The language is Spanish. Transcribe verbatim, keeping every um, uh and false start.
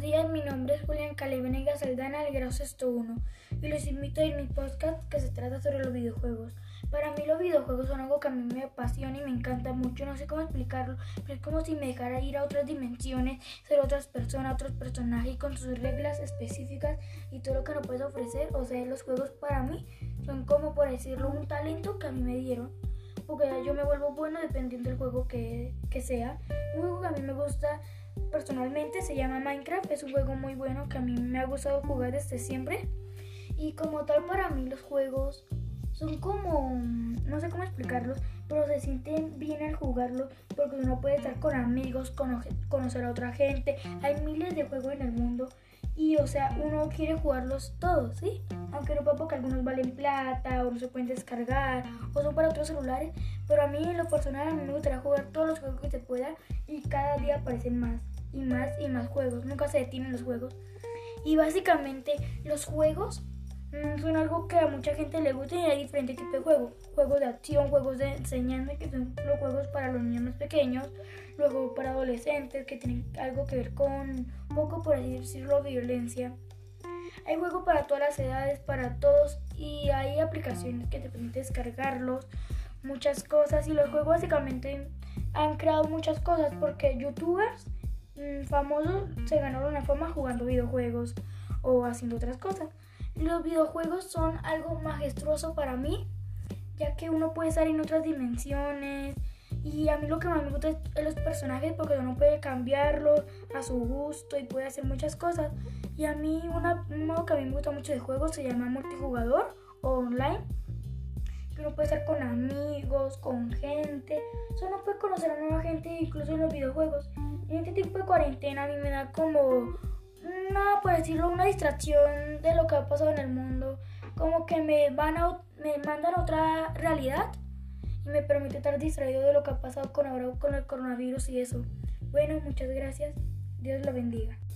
Buenos días, mi nombre es Julián Caleb Venegas Aldana, del grado sexto uno, y los invito a ir a mi podcast que se trata sobre los videojuegos. Para mí los videojuegos son algo que a mí me apasiona y me encanta mucho, no sé cómo explicarlo, pero es como si me dejara ir a otras dimensiones, ser otras personas, otros personajes con sus reglas específicas y todo lo que nos puedes ofrecer. O sea, los juegos para mí son como, por decirlo, un talento que a mí me dieron, porque yo me vuelvo bueno dependiendo del juego que, que sea. Un juego que a mí me gusta personalmente se llama Minecraft, es un juego muy bueno que a mí me ha gustado jugar desde siempre, y como tal para mí los juegos son como, no sé cómo explicarlos, pero se sienten bien al jugarlo porque uno puede estar con amigos, conocer a otra gente. Hay miles de juegos en el mundo y, o sea, uno quiere jugarlos todos, ¿sí? Aunque no puedo, porque algunos valen plata o no se pueden descargar o son para otros celulares, pero a mí en lo personal a mí me gustaría jugar todos los juegos que se pueda, y cada día aparecen más y más y más juegos, nunca se detienen los juegos. Y básicamente los juegos mmm, son algo que a mucha gente le gusta, y hay diferentes tipos de juegos: juegos de acción, juegos de enseñanza, que son los juegos para los niños más pequeños, luego para adolescentes que tienen algo que ver con un poco, por así decirlo, violencia. Hay juegos para todas las edades, para todos, y hay aplicaciones que te permiten descargarlos, muchas cosas. Y los juegos básicamente han creado muchas cosas porque youtubers mmm, famosos se ganaron la fama jugando videojuegos o haciendo otras cosas. Los videojuegos son algo majestuoso para mí, ya que uno puede estar en otras dimensiones, y a mí lo que más me gusta es los personajes, porque uno puede cambiarlos a su gusto y puede hacer muchas cosas. Y a mí una, un modo que a mí me gusta mucho de juego se llama multijugador o online, que uno puede estar con amigos, con gente, o sea, uno puede conocer a nueva gente incluso en los videojuegos. En este tipo de cuarentena a mí me da como una, por decirlo, una distracción de lo que ha pasado en el mundo, como que me van a, me mandan a otra realidad y me permite estar distraído de lo que ha pasado con ahora con el coronavirus y eso. Bueno, muchas gracias. Dios lo bendiga.